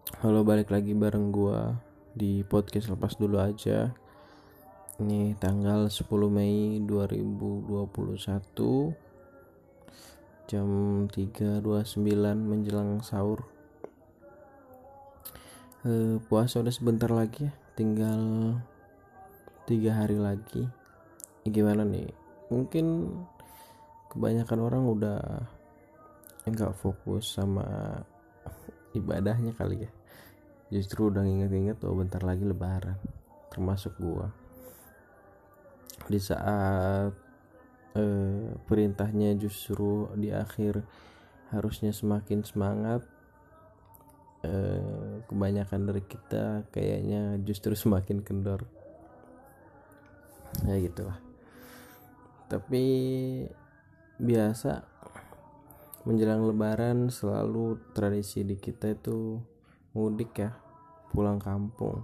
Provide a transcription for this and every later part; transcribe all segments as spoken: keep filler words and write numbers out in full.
Halo, balik lagi bareng gua di podcast lepas dulu aja. Ini tanggal sepuluh Mei dua ribu dua puluh satu, jam tiga lewat dua puluh sembilan menjelang sahur. eh, Puasa udah sebentar lagi ya, tinggal tiga hari lagi. Eh, gimana nih, mungkin kebanyakan orang udah nggak fokus sama ibadahnya kali ya, justru udah nginget-nginget oh bentar lagi lebaran, termasuk gua. Di saat eh, perintahnya justru di akhir harusnya semakin semangat, eh, kebanyakan dari kita kayaknya justru semakin kendor, ya gitulah. Tapi biasa menjelang lebaran selalu tradisi di kita itu mudik ya, pulang kampung.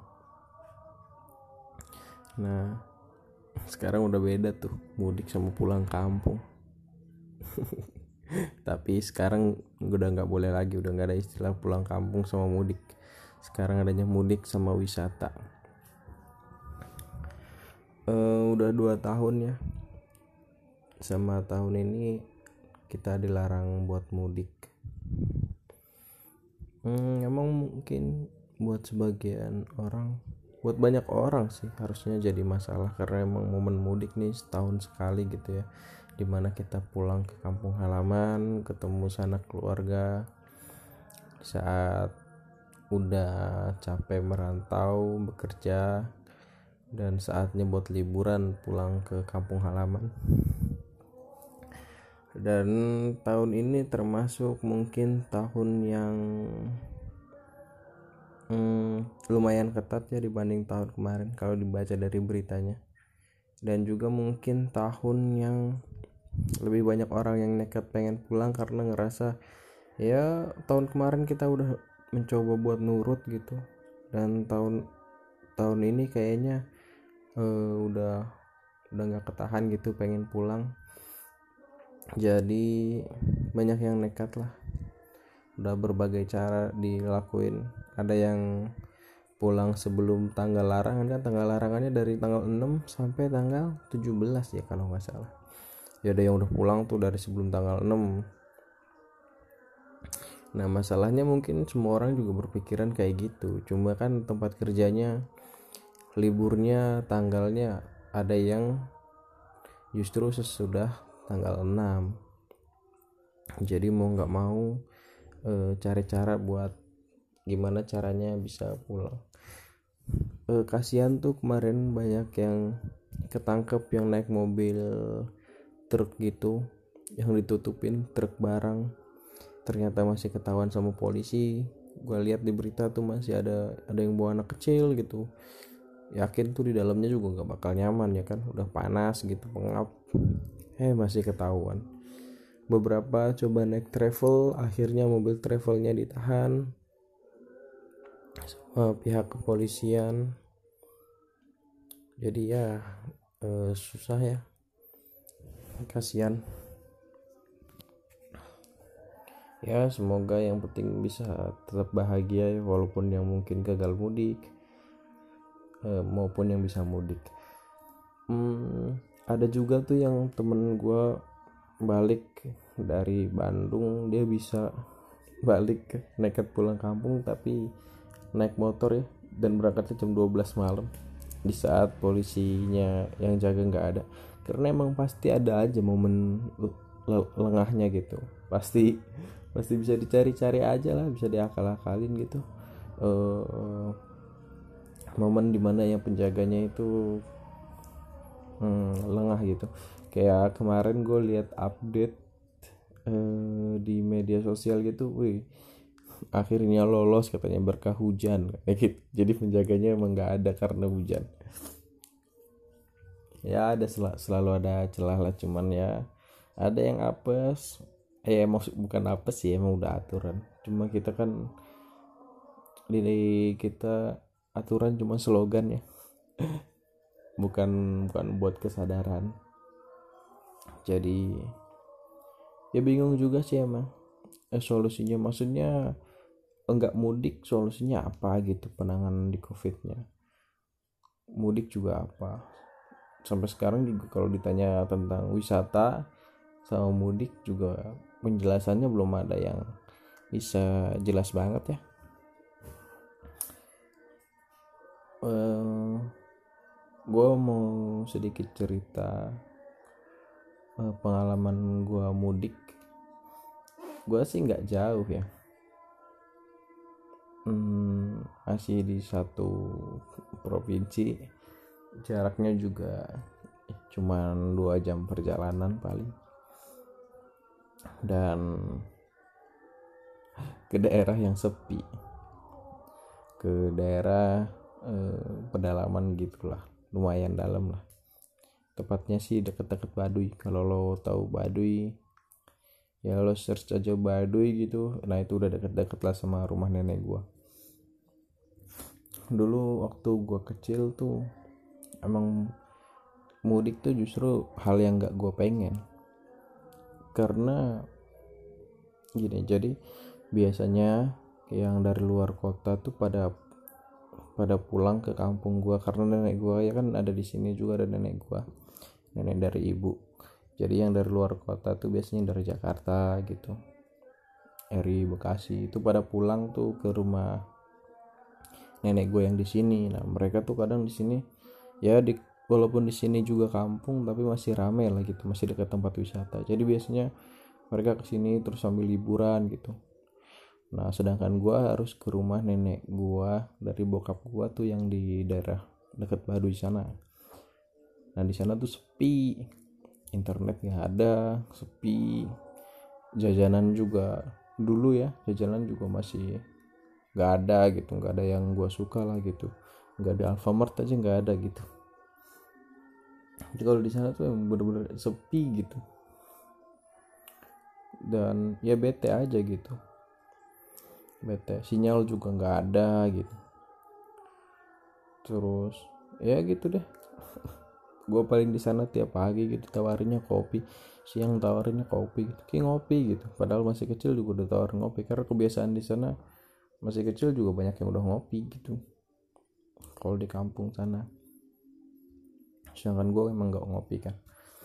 Nah, sekarang udah beda tuh mudik sama pulang kampung. Tapi sekarang udah nggak boleh lagi, udah nggak ada istilah pulang kampung sama mudik. Sekarang adanya mudik sama wisata. Uh, udah dua tahun ya, sama tahun ini kita dilarang buat mudik. Hmm, emang mungkin buat sebagian orang, buat banyak orang sih harusnya jadi masalah, karena emang momen mudik nih setahun sekali gitu ya, dimana kita pulang ke kampung halaman, ketemu sanak keluarga saat udah capek merantau bekerja, dan saatnya buat liburan pulang ke kampung halaman. Dan tahun ini termasuk mungkin tahun yang hmm, lumayan ketat ya dibanding tahun kemarin kalau dibaca dari beritanya. Dan juga mungkin tahun yang lebih banyak orang yang nekat pengen pulang karena ngerasa ya tahun kemarin kita udah mencoba buat nurut gitu, dan tahun tahun ini kayaknya uh, udah udah nggak ketahan gitu pengen pulang. Jadi banyak yang nekat lah, udah berbagai cara dilakuin. Ada yang pulang sebelum tanggal larangan, kan tanggal larangannya dari tanggal enam sampai tanggal tujuh belas ya kalau nggak salah. Ya ada yang udah pulang tuh dari sebelum tanggal enam. Nah masalahnya mungkin semua orang juga berpikiran kayak gitu, cuma kan tempat kerjanya liburnya tanggalnya ada yang justru sesudah tanggal enam. Jadi mau nggak mau e, cari cara buat gimana caranya bisa pulang. E, kasihan tuh kemarin banyak yang ketangkep yang naik mobil truk gitu, yang ditutupin truk barang, ternyata masih ketahuan sama polisi. Gue lihat di berita tuh masih ada ada yang bawa anak kecil gitu. Yakin tuh di dalamnya juga nggak bakal nyaman ya kan, udah panas gitu, pengap, eh masih ketahuan. Beberapa coba naik travel, akhirnya mobil travelnya ditahan sama pihak kepolisian. Jadi ya eh, susah ya, kasihan. Ya semoga yang penting bisa tetap bahagia ya, walaupun yang mungkin gagal mudik eh, maupun yang bisa mudik. Hmm, ada juga tuh yang temen gue balik dari Bandung, dia bisa balik nekat pulang kampung tapi naik motor ya, dan berangkatnya jam dua belas malam di saat polisinya yang jaga nggak ada. Karena emang pasti ada aja momen lengahnya gitu, pasti pasti bisa dicari-cari aja lah, bisa diakal-akalin gitu. uh, momen dimana yang penjaganya itu hmm, lengah gitu. Kayak kemarin gue lihat update eh, di media sosial gitu, wih akhirnya lolos katanya berkah hujan kayak gitu. Jadi penjaganya emang nggak ada karena hujan. Ya ada sel- selalu ada celah lah, cuman ya ada yang apes. Eh emang bukan apes sih, emang udah aturan. Cuma kita kan di kita aturan cuma slogan ya, bukan bukan buat kesadaran. Jadi ya bingung juga sih emang eh, solusinya. Maksudnya enggak mudik solusinya apa gitu, penanganan di covidnya, mudik juga apa. Sampai sekarang juga kalau ditanya tentang wisata sama mudik juga penjelasannya belum ada yang bisa jelas banget ya. uh, gue mau sedikit cerita uh, pengalaman gue mudik. Gue sih nggak jauh ya, hmm, masih di satu provinsi, jaraknya juga cuman dua jam perjalanan paling, dan ke daerah yang sepi, ke daerah eh, pedalaman gitulah, lumayan dalam lah, tepatnya sih deket-deket Baduy. Kalau lo tahu Baduy ya lo search aja Baduy gitu, nah itu udah deket-deket lah sama rumah nenek gua. Dulu waktu gua kecil tuh emang mudik tuh justru hal yang gak gua pengen, karena gini, jadi biasanya yang dari luar kota tuh pada pada pulang ke kampung gua, karena nenek gua ya kan ada di sini juga, ada nenek gua, nenek dari ibu. Jadi yang dari luar kota tuh biasanya dari Jakarta gitu, dari Bekasi, itu pada pulang tuh ke rumah nenek gue yang di sini. Nah mereka tuh kadang di sini ya, di walaupun di sini juga kampung tapi masih rame lah gitu, masih dekat tempat wisata. Jadi biasanya mereka kesini terus sambil liburan gitu. Nah sedangkan gue harus ke rumah nenek gue dari bokap gue tuh yang di daerah dekat Baduy sana. Nah di sana tuh sepi, internet nggak ada, sepi, jajanan juga dulu ya, jajanan juga masih nggak ada gitu, nggak ada yang gue suka lah gitu, nggak ada Alfamart aja nggak ada gitu. Jadi kalau di sana tuh emang bener-bener sepi gitu, dan ya bete aja gitu, bete, sinyal juga nggak ada gitu. Terus ya gitu deh, gue paling di sana tiap pagi gitu tawarinnya kopi, siang tawarinnya kopi gitu, kayak ngopi gitu. Padahal masih kecil juga udah tawarin ngopi, karena kebiasaan di sana masih kecil juga banyak yang udah ngopi gitu kalau di kampung sana. Sedangkan gue emang nggak ngopi kan.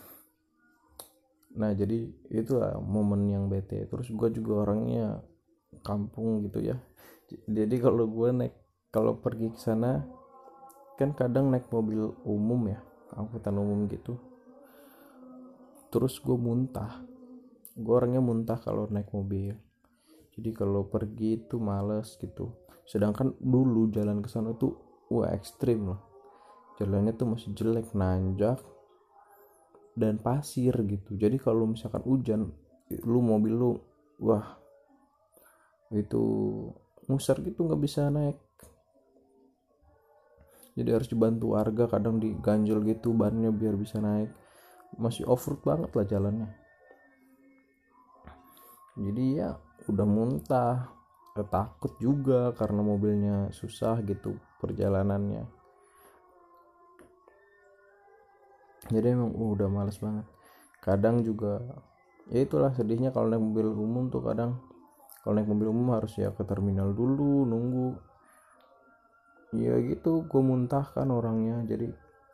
Nah jadi itulah momen yang bete. Terus gue juga orangnya kampung gitu ya, jadi kalau gue naik, kalau pergi ke sana kan kadang naik mobil umum ya, angkutan umum gitu, terus gue muntah. Gue orangnya muntah kalau naik mobil, jadi kalau pergi itu males gitu. Sedangkan dulu jalan ke sana tuh wah ekstrim lah, jalannya tuh masih jelek, nanjak dan pasir gitu. Jadi kalau misalkan hujan, lu mobil lu wah itu musar gitu, nggak bisa naik. Jadi harus dibantu warga, kadang diganjel gitu bannya biar bisa naik. Masih off-road banget lah jalannya. Jadi ya udah muntah, takut juga karena mobilnya susah gitu perjalanannya. Jadi emang uh, udah males banget. Kadang juga ya itulah sedihnya kalau naik mobil umum tuh, kadang kalau naik mobil umum harus ya ke terminal dulu nunggu. Ya gitu, gue muntah kan orangnya, jadi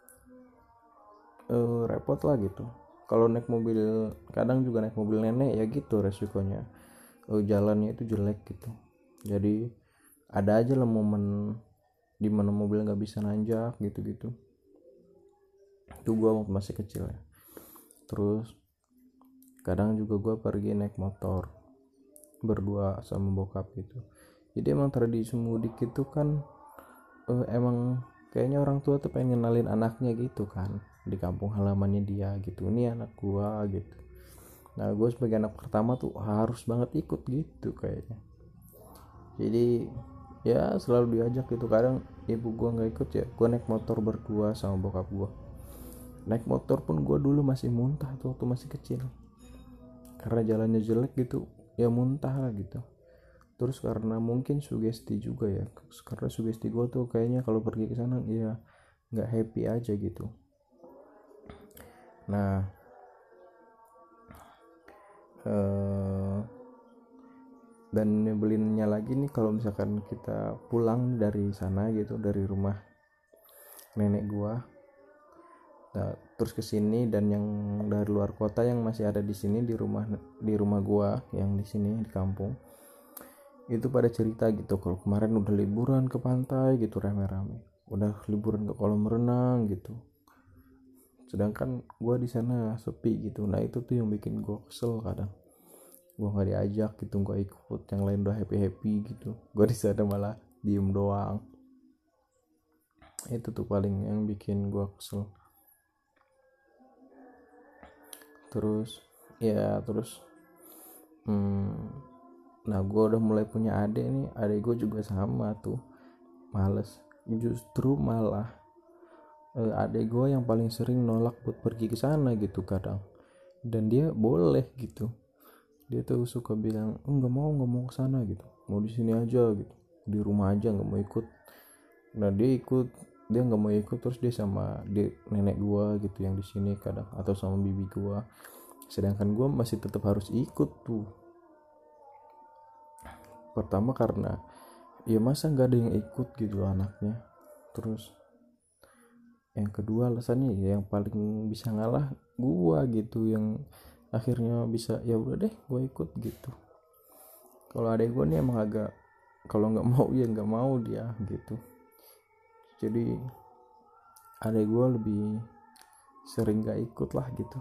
eh, repot lah gitu. Kalau naik mobil, kadang juga naik mobil nenek ya gitu resikonya, eh, jalannya itu jelek gitu. Jadi ada aja lah momen dimana mobil nggak bisa nanjak gitu-gitu. Itu gue waktu masih kecil ya. Terus kadang juga gue pergi naik motor berdua sama bokap gitu. Jadi emang tradisi mudik itu kan eh, emang kayaknya orang tua tuh pengen kenalin anaknya gitu kan di kampung halamannya dia gitu, ini anak gua gitu. Nah gue sebagai anak pertama tuh harus banget ikut gitu kayaknya. Jadi ya selalu diajak gitu. Kadang ibu gua nggak ikut ya gue naik motor berdua sama bokap gua. Naik motor pun gue dulu masih muntah tuh waktu masih kecil, karena jalannya jelek gitu ya, muntah lah gitu. Terus karena mungkin sugesti juga ya, karena sugesti gue tuh kayaknya kalau pergi ke sana ya nggak happy aja gitu. Nah eh, Dan nyebelinnya lagi nih kalau misalkan kita pulang dari sana gitu, dari rumah nenek gua, nah, terus ke sini, dan yang dari luar kota yang masih ada di sini di rumah di rumah gua yang di sini di kampung itu pada cerita gitu kalau kemarin udah liburan ke pantai gitu rame-rame, udah liburan ke kolam renang gitu, sedangkan gua di sana sepi gitu. Nah itu tuh yang bikin gua kesel kadang, gua nggak diajak gitu, gua ikut, yang lain udah happy happy gitu, gua di sana malah diem doang. Itu tuh paling yang bikin gua kesel. Terus ya terus hmm, nah gua udah mulai punya adik nih, adik gua juga sama tuh males, justru malah eh, adik gua yang paling sering nolak buat pergi ke sana gitu kadang, dan dia boleh gitu. Dia tuh suka bilang nggak mau nggak mau kesana gitu, mau di sini aja gitu, di rumah aja, nggak mau ikut. Nah dia ikut, dia nggak mau ikut, terus dia sama dia nenek gua gitu yang di sini kadang, atau sama bibi gua, sedangkan gua masih tetap harus ikut tuh. Pertama karena ya masa nggak ada yang ikut gitu anaknya, terus yang kedua alasannya ya yang paling bisa ngalah gua gitu, yang akhirnya bisa ya udah deh gua ikut gitu. Kalau adek gue nih emang agak, kalau nggak mau ya nggak mau dia gitu. Jadi adek gue lebih sering nggak ikut lah gitu.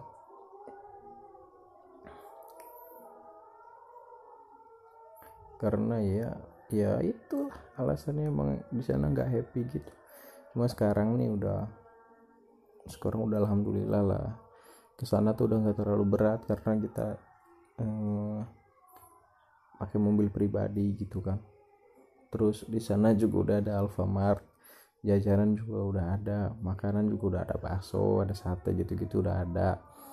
Karena ya ya itu alasannya, emang di sana nggak happy gitu. Cuma sekarang nih udah sekarang udah alhamdulillah lah, kesana tuh udah nggak terlalu berat karena kita eh, pakai mobil pribadi gitu kan. Terus di sana juga udah ada Alfamart, jajanan juga udah ada, makanan juga udah ada, bakso, ada sate gitu-gitu udah ada.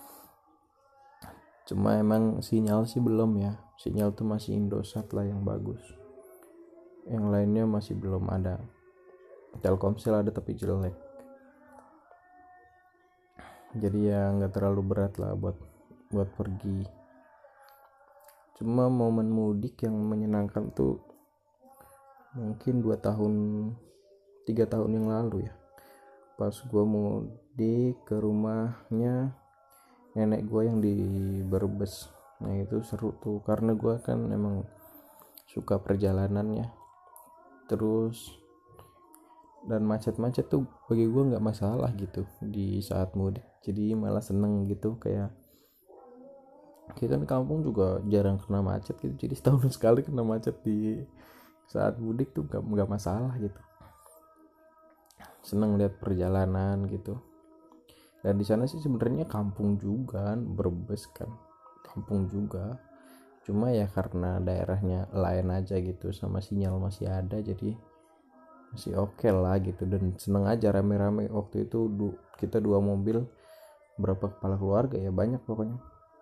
Cuma emang sinyal sih belum ya, sinyal tuh masih Indosat lah yang bagus, yang lainnya masih belum ada. Telkomsel ada tapi jelek, jadi ya nggak terlalu berat lah buat buat pergi. Cuma momen mudik yang menyenangkan tuh mungkin dua tahun tiga tahun yang lalu ya, pas gue mudik ke rumahnya nenek gue yang di Brebes. Nah itu seru tuh karena gue kan emang suka perjalanannya, terus dan macet-macet tuh bagi gue nggak masalah gitu di saat mudik, jadi malah seneng gitu. Kayak kita di kampung juga jarang kena macet gitu, jadi setahun sekali kena macet di saat mudik tuh nggak nggak masalah gitu. Seneng lihat perjalanan gitu. Dan di sana sih sebenarnya kampung juga, Brebes kan kampung juga, cuma ya karena daerahnya lain aja gitu, sama sinyal masih ada, jadi masih oke okay lah gitu. Dan seneng aja rame-rame waktu itu, du- kita dua mobil, berapa kepala keluarga ya, banyak pokoknya.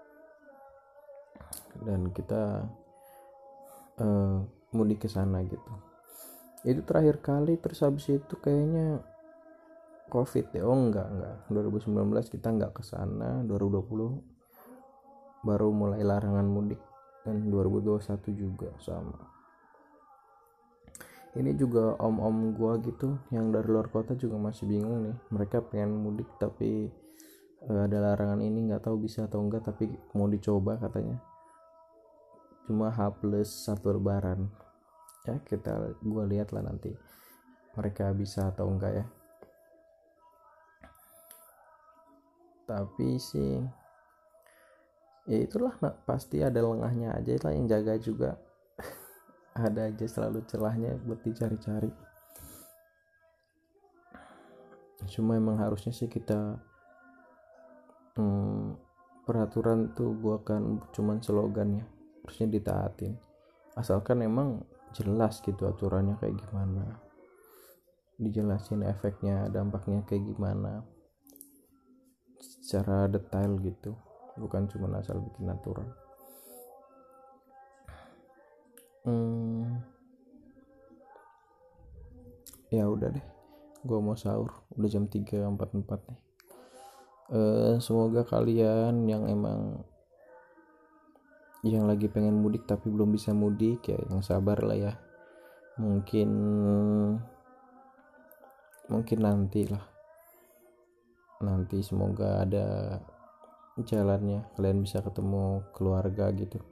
Dan kita uh, mudik ke sana gitu. Itu terakhir kali. Terus habis itu kayaknya covid ya. Oh enggak enggak dua ribu sembilan belas kita enggak ke sana, dua ribu dua puluh baru mulai larangan mudik, dan dua ribu dua puluh satu juga sama. Ini juga om-om gua gitu yang dari luar kota juga masih bingung nih, mereka pengen mudik tapi uh, ada larangan ini, nggak tahu bisa atau enggak, tapi mau dicoba katanya. Cuma H plus satu lebaran ya, kita gua lihat lah nanti mereka bisa atau enggak ya. Tapi sih ya itulah, nah, pasti ada lengahnya aja lah yang jaga juga. Ada aja selalu celahnya buat dicari-cari. Cuma emang harusnya sih kita hmm, peraturan tuh bukan cuman slogan ya, harusnya ditaatin, asalkan emang jelas gitu aturannya kayak gimana, dijelasin efeknya, dampaknya kayak gimana secara detail gitu, bukan cuma asal bikin aturan. hmm, ya udah deh, gue mau sahur, udah jam tiga empat puluh empat nih. Eh, semoga kalian yang emang yang lagi pengen mudik tapi belum bisa mudik, ya yang sabar lah ya. Mungkin mungkin nanti lah. Nanti semoga ada jalannya, kalian bisa ketemu keluarga gitu.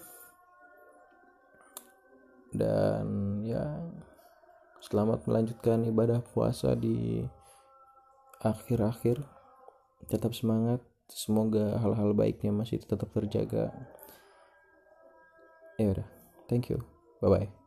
Dan ya, selamat melanjutkan ibadah puasa di akhir-akhir. Tetap semangat, semoga hal-hal baiknya masih tetap terjaga. Ya udah, thank you, bye bye.